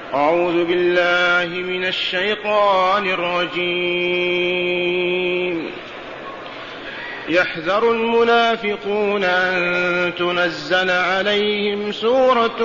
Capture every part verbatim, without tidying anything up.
أعوذ بالله من الشيطان الرجيم. يحذر المنافقون أن تنزل عليهم سورة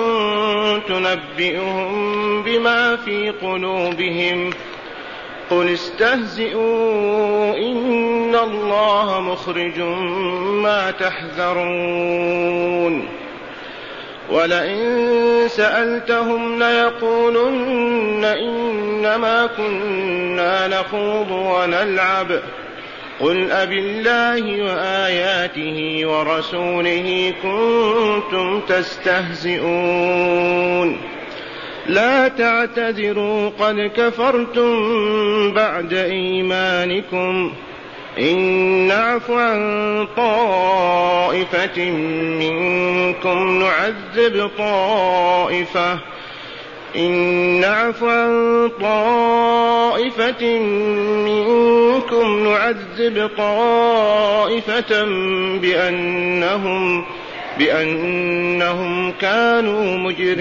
تنبئهم بما في قلوبهم قل استهزئوا إن الله مخرج ما تحذرون ولئن سألتهم ليقولن إنما كنا نخوض ونلعب قل أبالله وآياته ورسوله كنتم تستهزئون لا تعتذروا قد كفرتم بعد إيمانكم إن نعف عن طائفة منكم نعذب طائفة إن نعف عن طائفة منكم نعذب طائفة بأنهم بأنهم كانوا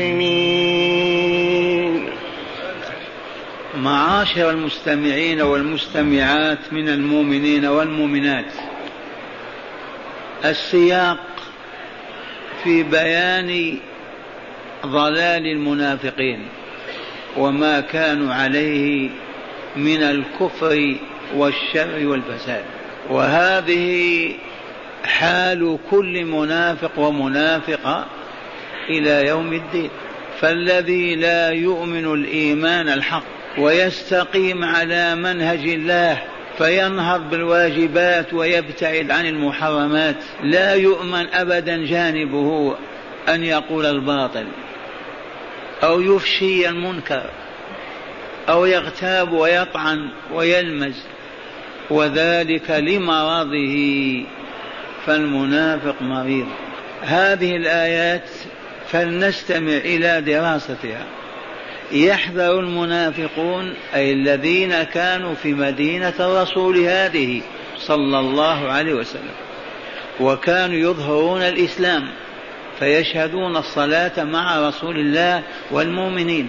مجرمين. معاشر المستمعين والمستمعات من المؤمنين والمؤمنات، السياق في بيان ضلال المنافقين وما كانوا عليه من الكفر والشر والفساد، وهذه حال كل منافق ومنافقة إلى يوم الدين. فالذي لا يؤمن الإيمان الحق ويستقيم على منهج الله فينهض بالواجبات ويبتعد عن المحرمات لا يؤمن أبدا جانبه أن يقول الباطل أو يفشي المنكر أو يغتاب ويطعن ويلمز، وذلك لمرضه، فالمنافق مريض. هذه الآيات فلنستمع إلى دراستها. يحذر المنافقون أي الذين كانوا في مدينة الرسول هذه صلى الله عليه وسلم وكانوا يظهرون الإسلام فيشهدون الصلاة مع رسول الله والمؤمنين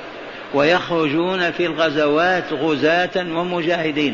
ويخرجون في الغزوات غزاة ومجاهدين،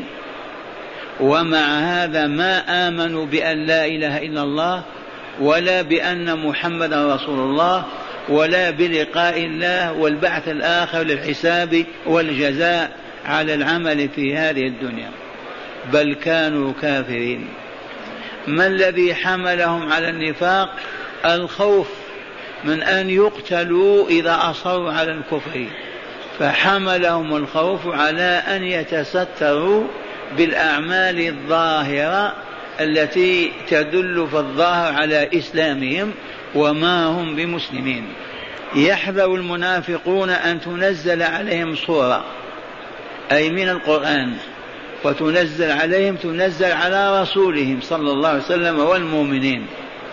ومع هذا ما آمنوا بأن لا إله إلا الله ولا بأن محمدا رسول الله ولا بلقاء الله والبعث الآخر للحساب والجزاء على العمل في هذه الدنيا، بل كانوا كافرين. ما الذي حملهم على النفاق؟ الخوف من أن يقتلوا إذا أصروا على الكفر، فحملهم الخوف على أن يتستروا بالأعمال الظاهرة التي تدل في الظاهر على إسلامهم وما هم بمسلمين. يحذر المنافقون أن تنزل عليهم سورة أي من القرآن، وتنزل عليهم تنزل على رسولهم صلى الله عليه وسلم والمؤمنين،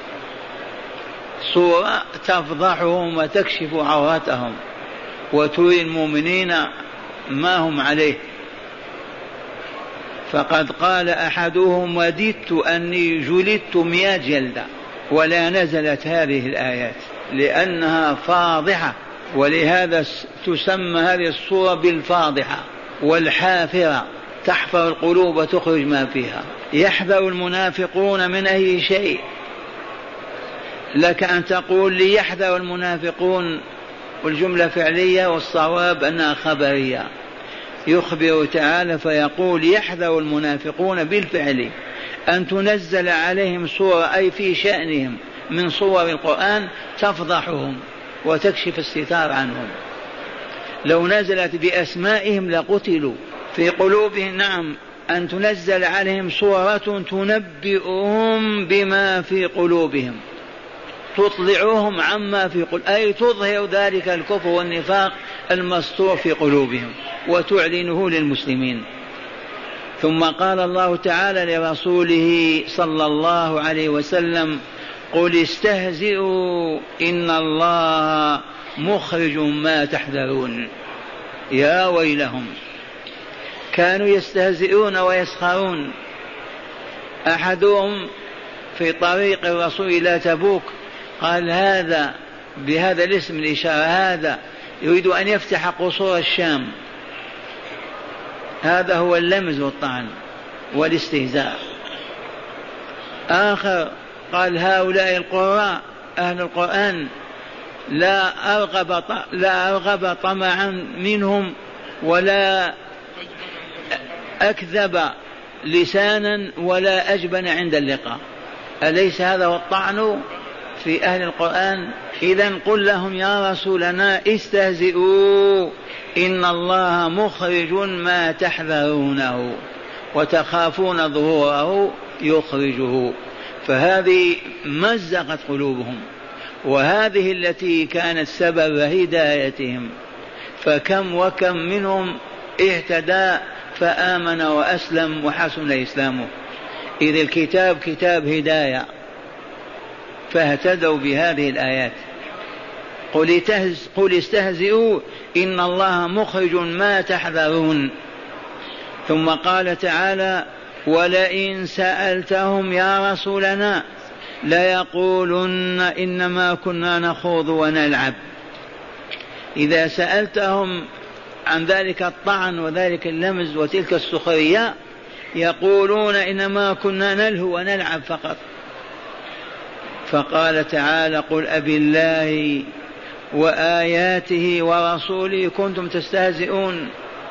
سورة تفضحهم وتكشف عوراتهم وتري المؤمنين ما هم عليه. فقد قال أحدهم وددت أني جلدت مئة جلدة، ولا نزلت هذه الآيات لأنها فاضحة، ولهذا تسمى هذه الصورة بالفاضحة والحافرة، تحفر القلوب وتخرج ما فيها. يحذر المنافقون من أي شيء، لك أن تقول لي يحذر المنافقون والجملة فعلية والصواب أنها خبرية. يخبر تعالى فيقول يحذر المنافقون بالفعل أن تنزل عليهم سورة أي في شأنهم من صور القرآن تفضحهم وتكشف الستار عنهم. لو نزلت بأسمائهم لقتلوا. في قلوبهم نعم أن تنزل عليهم سورة تنبئهم بما في قلوبهم، تطلعهم عما في قلوبهم، أي تظهر ذلك الكفر والنفاق المستور في قلوبهم وتعلنه للمسلمين. ثم قال الله تعالى لرسوله صلى الله عليه وسلم قل استهزئوا إن الله مخرج ما تحذرون. يا ويلهم، كانوا يستهزئون ويسخرون. أحدهم في طريق الرسول إلى تبوك قال هذا بهذا الاسم الإشارة هذا يريد أن يفتح قصور الشام. هذا هو اللمز والطعن والاستهزاء. آخر قال هؤلاء القراء أهل القرآن لا أرغب, لا أرغب طمعا منهم ولا أكذب لسانا ولا أجبن عند اللقاء. أليس هذا هو الطعن في أهل القرآن؟ إذن قل لهم يا رسولنا استهزئوا إن الله مخرج ما تحذرونه وتخافون ظهوره يخرجه. فهذه مزقت قلوبهم، وهذه التي كانت سبب هدايتهم. فكم وكم منهم اهتدى فآمن وأسلم وحسن إسلامه، إذ الكتاب كتاب هداية، فاهتدوا بهذه الآيات. قل استهزئوا إن الله مخرج ما تحذرون. ثم قال تعالى ولئن سألتهم يا رسولنا ليقولن إنما كنا نخوض ونلعب. إذا سألتهم عن ذلك الطعن وذلك اللمز وتلك السخرية يقولون إنما كنا نلهو ونلعب فقط. فقال تعالى قل أبالله وآياته ورسوله كنتم تستهزئون.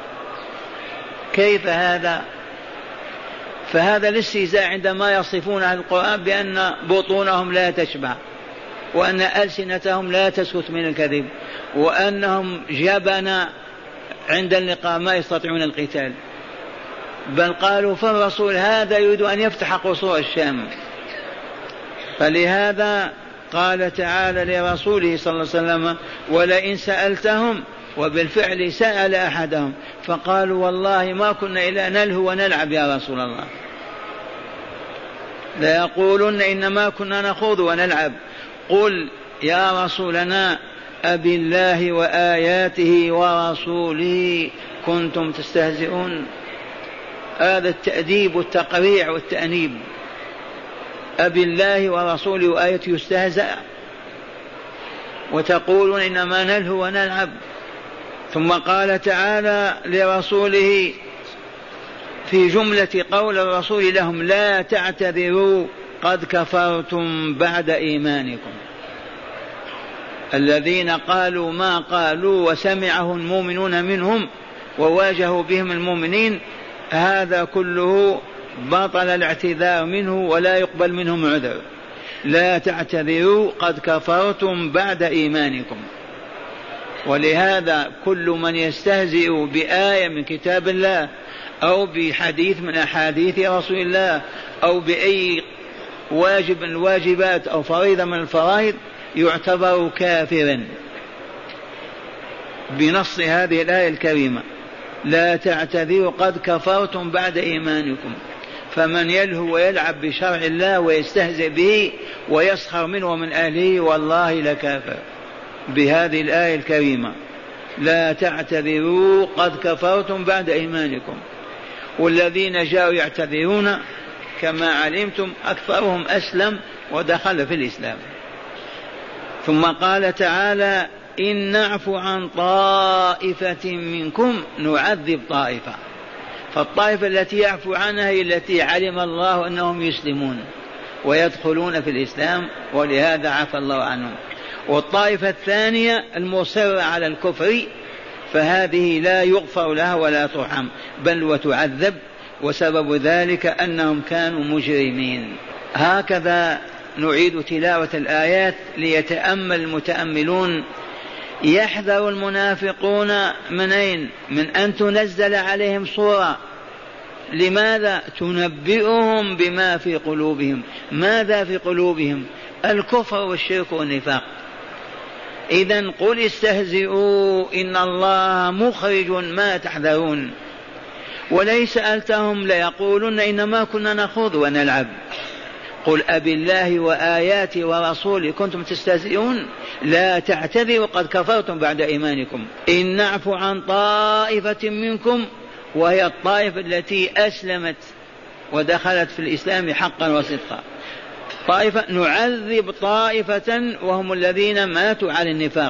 كيف هذا؟ فهذا الاستهزاء عندما يصفون أهل القرآن بأن بطونهم لا تشبع، وأن ألسنتهم لا تسكت من الكذب، وأنهم جبن عند اللقاء ما يستطيعون القتال. بل قالوا فالرسول هذا يريد أن يفتح قصور الشام. فلهذا قال تعالى لرسوله صلى الله عليه وسلم ولئن سألتهم، وبالفعل سأل أحدهم فقالوا والله ما كنا إلا نلهو ونلعب يا رسول الله. لا يقولون إنما كنا نخوض ونلعب. قل يا رسولنا أبالله وآياته ورسوله كنتم تستهزئون. هذا التأديب والتقريع والتأنيب. أبالله ورسوله وآياته يستهزأ وتقولون إنما نلهو ونلعب. ثم قال تعالى لرسوله في جملة قول الرسول لهم لا تعتذروا قد كفرتم بعد إيمانكم. الذين قالوا ما قالوا وسمعه المؤمنون منهم وواجهوا بهم المؤمنين، هذا كله بطل الاعتذار منه ولا يقبل منهم عذر. لا تعتذروا قد كفرتم بعد إيمانكم. ولهذا كل من يستهزئ بآية من كتاب الله أو بحديث من أحاديث رسول الله أو بأي واجب من الواجبات أو فريضة من الفرائض يعتبر كافرا بنص هذه الآية الكريمة لا تعتذروا قد كفرتم بعد إيمانكم. فمن يلهو ويلعب بشرع الله ويستهزئ به ويسخر منه ومن أهله والله لكافر بهذه الآية الكريمة لا تعتذروا قد كفرتم بعد إيمانكم. والذين جاءوا يعتذرون كما علمتم أكثرهم أسلم ودخل في الإسلام. ثم قال تعالى إن نعفو عن طائفة منكم نعذب طائفة. فالطائفة التي يعفو عنها هي التي علم الله أنهم يسلمون ويدخلون في الإسلام ولهذا عفى الله عنهم. والطائفة الثانية المصرة على الكفر فهذه لا يغفر لها ولا ترحم بل وتعذب، وسبب ذلك أنهم كانوا مجرمين. هكذا نعيد تلاوة الآيات ليتأمل المتأملون. يحذر المنافقون من أين؟ من أن تنزل عليهم صورة. لماذا؟ تنبئهم بما في قلوبهم. ماذا في قلوبهم؟ الكفر والشرك والنفاق. إذن قل استهزئوا إن الله مخرج ما تحذرون. ولئن سألتهم ليقولن إنما كنا نخوض ونلعب. قل أبالله وآياته ورسوله كنتم تستهزئون لا تعتذروا قد كفرتم بعد إيمانكم. إن نعفو عن طائفة منكم، وهي الطائفة التي أسلمت ودخلت في الإسلام حقا وصدقا. طائفة نعذب طائفة وهم الذين ماتوا على النفاق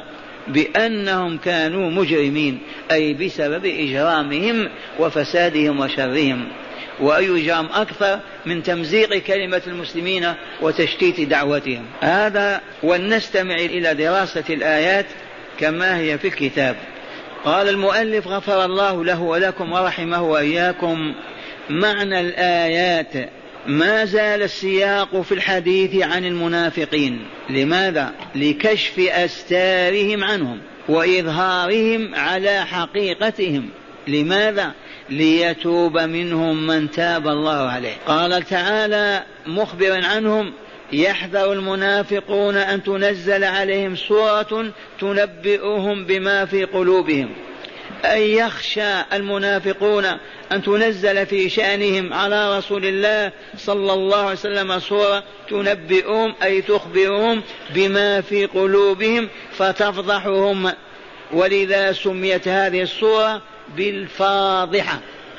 بأنهم كانوا مجرمين، أي بسبب إجرامهم وفسادهم وشرهم. وأي جرم أكثر من تمزيق كلمة المسلمين وتشتيت دعوتهم. هذا ولنستمع إلى دراسة الآيات كما هي في الكتاب. قال المؤلف غفر الله له ولكم ورحمه وإياكم: معنى الآيات ما زال السياق في الحديث عن المنافقين. لماذا؟ لكشف أستارهم عنهم وإظهارهم على حقيقتهم. لماذا؟ ليتوب منهم من تاب الله عليه. قال تعالى مخبرا عنهم: يحذر المنافقون أن تنزل عليهم سورة تنبئهم بما في قلوبهم، أي يخشى المنافقون أن تنزل في شأنهم على رسول الله صلى الله عليه وسلم سورة تنبئهم أي تخبرهم بما في قلوبهم فتفضحهم. ولذا سميت هذه السورة بالفاضحة،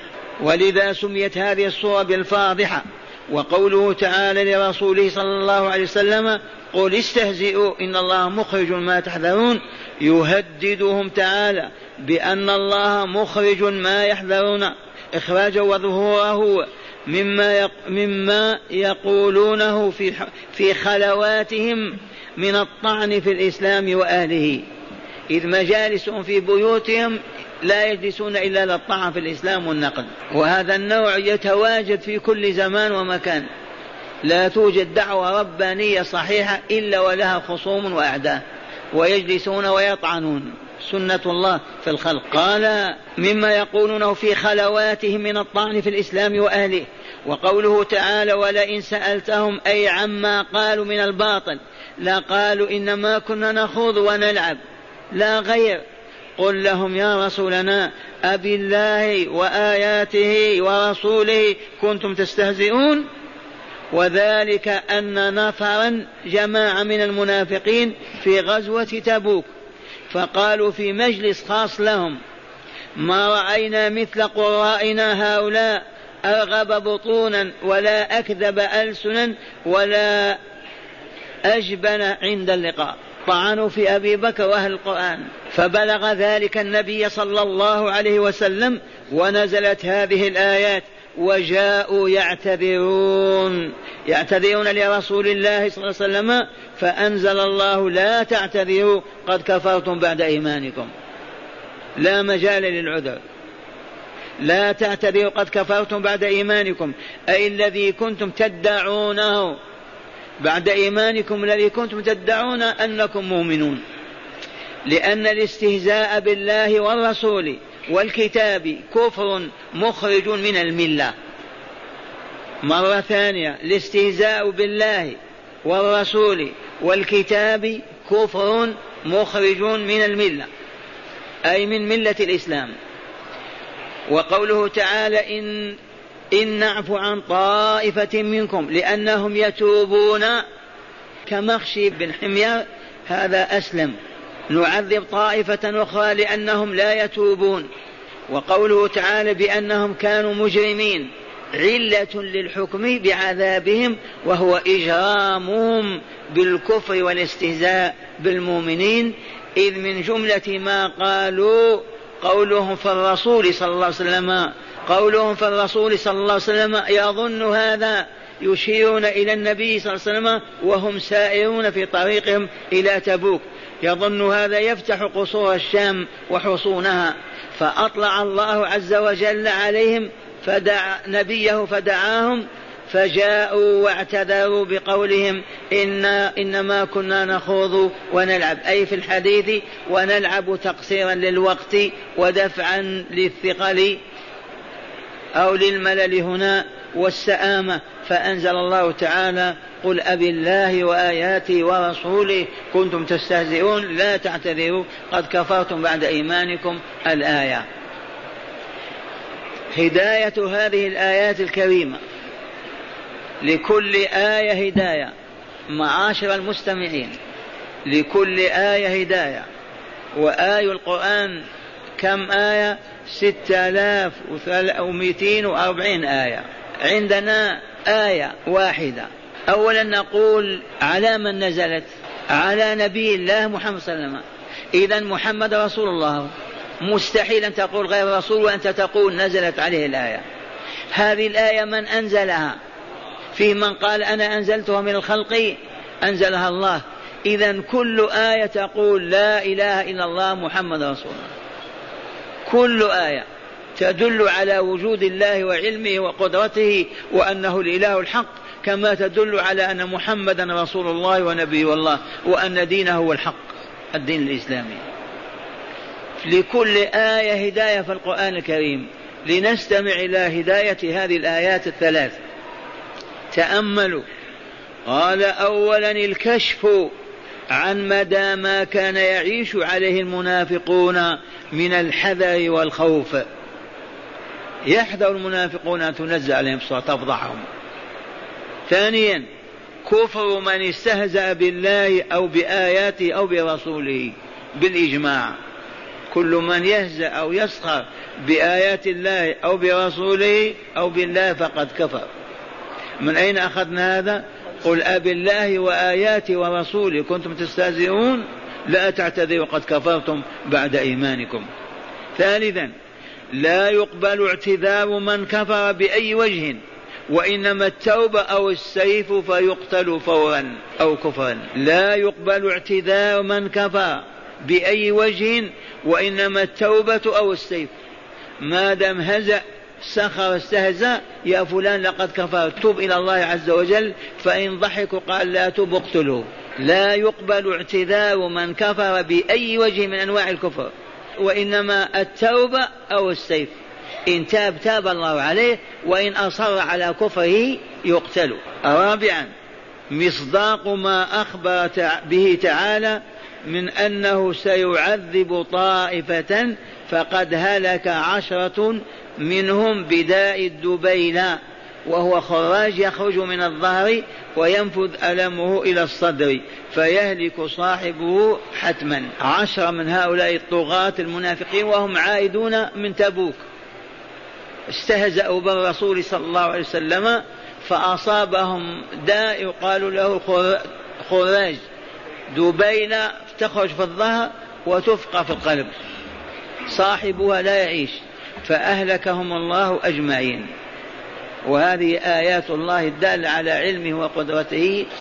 ولذا سميت هذه السورة بالفاضحة. وقوله تعالى لرسوله صلى الله عليه وسلم: قل استهزئوا إن الله مخرج ما تحذرون، يهددهم تعالى بأن الله مخرج ما يحذرون إخراجه وظهوره مما مما يقولونه في في خلواتهم من الطعن في الإسلام وأهله، إذ مجالسهم في بيوتهم لا يجلسون إلا للطعن في الإسلام والنقد. وهذا النوع يتواجد في كل زمان ومكان. لا توجد دعوة ربانية صحيحة إلا ولها خصوم وأعداء ويجلسون ويطعنون، سنة الله في الخلق. قال مما يقولونه في خلواتهم من الطعن في الإسلام وأهله. وقوله تعالى: ولئن سألتهم أي عما قالوا من الباطل لا قالوا إنما كنا نخوض ونلعب لا غير. قل لهم يا رسولنا أبي الله وآياته ورسوله كنتم تستهزئون. وذلك أن نفرا جماعة من المنافقين في غزوة تبوك فقالوا في مجلس خاص لهم: ما رأينا مثل قرائنا هؤلاء أرغب بطونا ولا أكذب ألسنا ولا أجبن عند اللقاء. طعنوا في أبي بكر وأهل القرآن. فبلغ ذلك النبي صلى الله عليه وسلم ونزلت هذه الآيات: وجاءوا يعتذرون يعتذرون لرسول الله صلى الله عليه وسلم، فأنزل الله: لا تعتذروا قد كفرتم بعد إيمانكم. لا مجال للعذر، لا تعتذروا قد كفرتم بعد إيمانكم، أي الذي كنتم تدعونه بعد إيمانكم، الذي كنتم تدعون أنكم مؤمنون. لأن الاستهزاء بالله والرسول والكتاب كفر مخرج من الملة. مرة ثانية: الاستهزاء بالله والرسول والكتاب كفر مخرج من الملة، أي من ملة الإسلام. وقوله تعالى: إن إن نعفو عن طائفة منكم لأنهم يتوبون كمخشي بن حمير هذا أسلم، نعذب طائفة أخرى لأنهم لا يتوبون. وقوله تعالى بأنهم كانوا مجرمين علة للحكم بعذابهم وهو إجرامهم بالكفر والاستهزاء بالمؤمنين، إذ من جملة ما قالوا قولهم في الرسول صلى الله عليه وسلم قولهم في الرسول صلى الله عليه وسلم يظن هذا، يشيرون إلى النبي صلى الله عليه وسلم وهم سائرون في طريقهم إلى تبوك، يظن هذا يفتح قصور الشام وحصونها، فأطلع الله عز وجل عليهم فدعا نبيه فدعاهم فجاءوا واعتذروا بقولهم إنا إنما كنا نخوض ونلعب، أي في الحديث، ونلعب تقصيرا للوقت ودفعا للثقل أو للملل هنا والسآمة. فأنزل الله تعالى: قل أبي الله وآياته ورسوله كنتم تستهزئون لا تعتذروا قد كفرتم بعد إيمانكم. الآية. هداية هذه الآيات الكريمة، لكل آية هداية معاشر المستمعين، لكل آية هداية. وآي القرآن كم آية؟ ستة آلاف ومئتين وأربعين آية. عندنا آية واحدة. أولا نقول على من نزلت؟ على نبي الله محمد صلى الله عليه وسلم. إذن محمد رسول الله، مستحيل أن تقول غير رسول وأنت تقول نزلت عليه الآية. هذه الآية من أنزلها؟ فيه من قال أنا أنزلتها من الخلق، أنزلها الله. إذن كل آية تقول لا إله إلا الله محمد رسول الله، كل آية تدل على وجود الله وعلمه وقدرته وأنه الإله الحق، كما تدل على أن محمدا رسول الله ونبي الله وأن دينه هو الحق الدين الإسلامي. لكل آية هداية في القرآن الكريم، لنستمع إلى هداية هذه الآيات الثلاث. تأملوا. قال أولا الكشف عن مدى ما كان يعيش عليه المنافقون من الحذر والخوف. يحذر المنافقون أن تنزل عليهم الصورة تفضحهم. ثانيا كفر من استهزأ بالله أو بآياته أو برسوله بالإجماع، كل من يهزأ أو يسخر بآيات الله أو برسوله أو بالله فقد كفر. من أين أخذنا هذا؟ قل أب الله وآياته ورسوله كنتم تستهزئون لا تعتذروا قد كفرتم بعد إيمانكم. ثالثا لا يقبل اعتذار من كفر بأي وجه، وإنما التوبة أو السيف فيقتل فورا أو كفرا. لا يقبل اعتذار من كفر بأي وجه، وإنما التوبة أو السيف. ما دام هزأ سخر استهزأ يا فلان لقد كفر توب إلى الله عز وجل، فإن ضحكوا قال لا توب اقتلوا. لا يقبل اعتذار من كفر بأي وجه من أنواع الكفر، وإنما التوبة أو السيف. إن تاب تاب الله عليه، وإن أصر على كفره يقتل. رابعا مصداق ما أخبر به تعالى من أنه سيعذب طائفة فقد هلك عشرة منهم بداء الدبيلة، وهو خراج يخرج من الظهر وينفذ ألمه إلى الصدر فيهلك صاحبه حتما. عشرة من هؤلاء الطغاة المنافقين وهم عائدون من تبوك استهزأوا بالرسول صلى الله عليه وسلم، فأصابهم داء يقال له خراج دبيلة تخرج في الظهر وتفقى في القلب، صاحبها لا يعيش، فأهلكهم الله أجمعين. وهذه آيات الله الدالة على علمه وقدرته.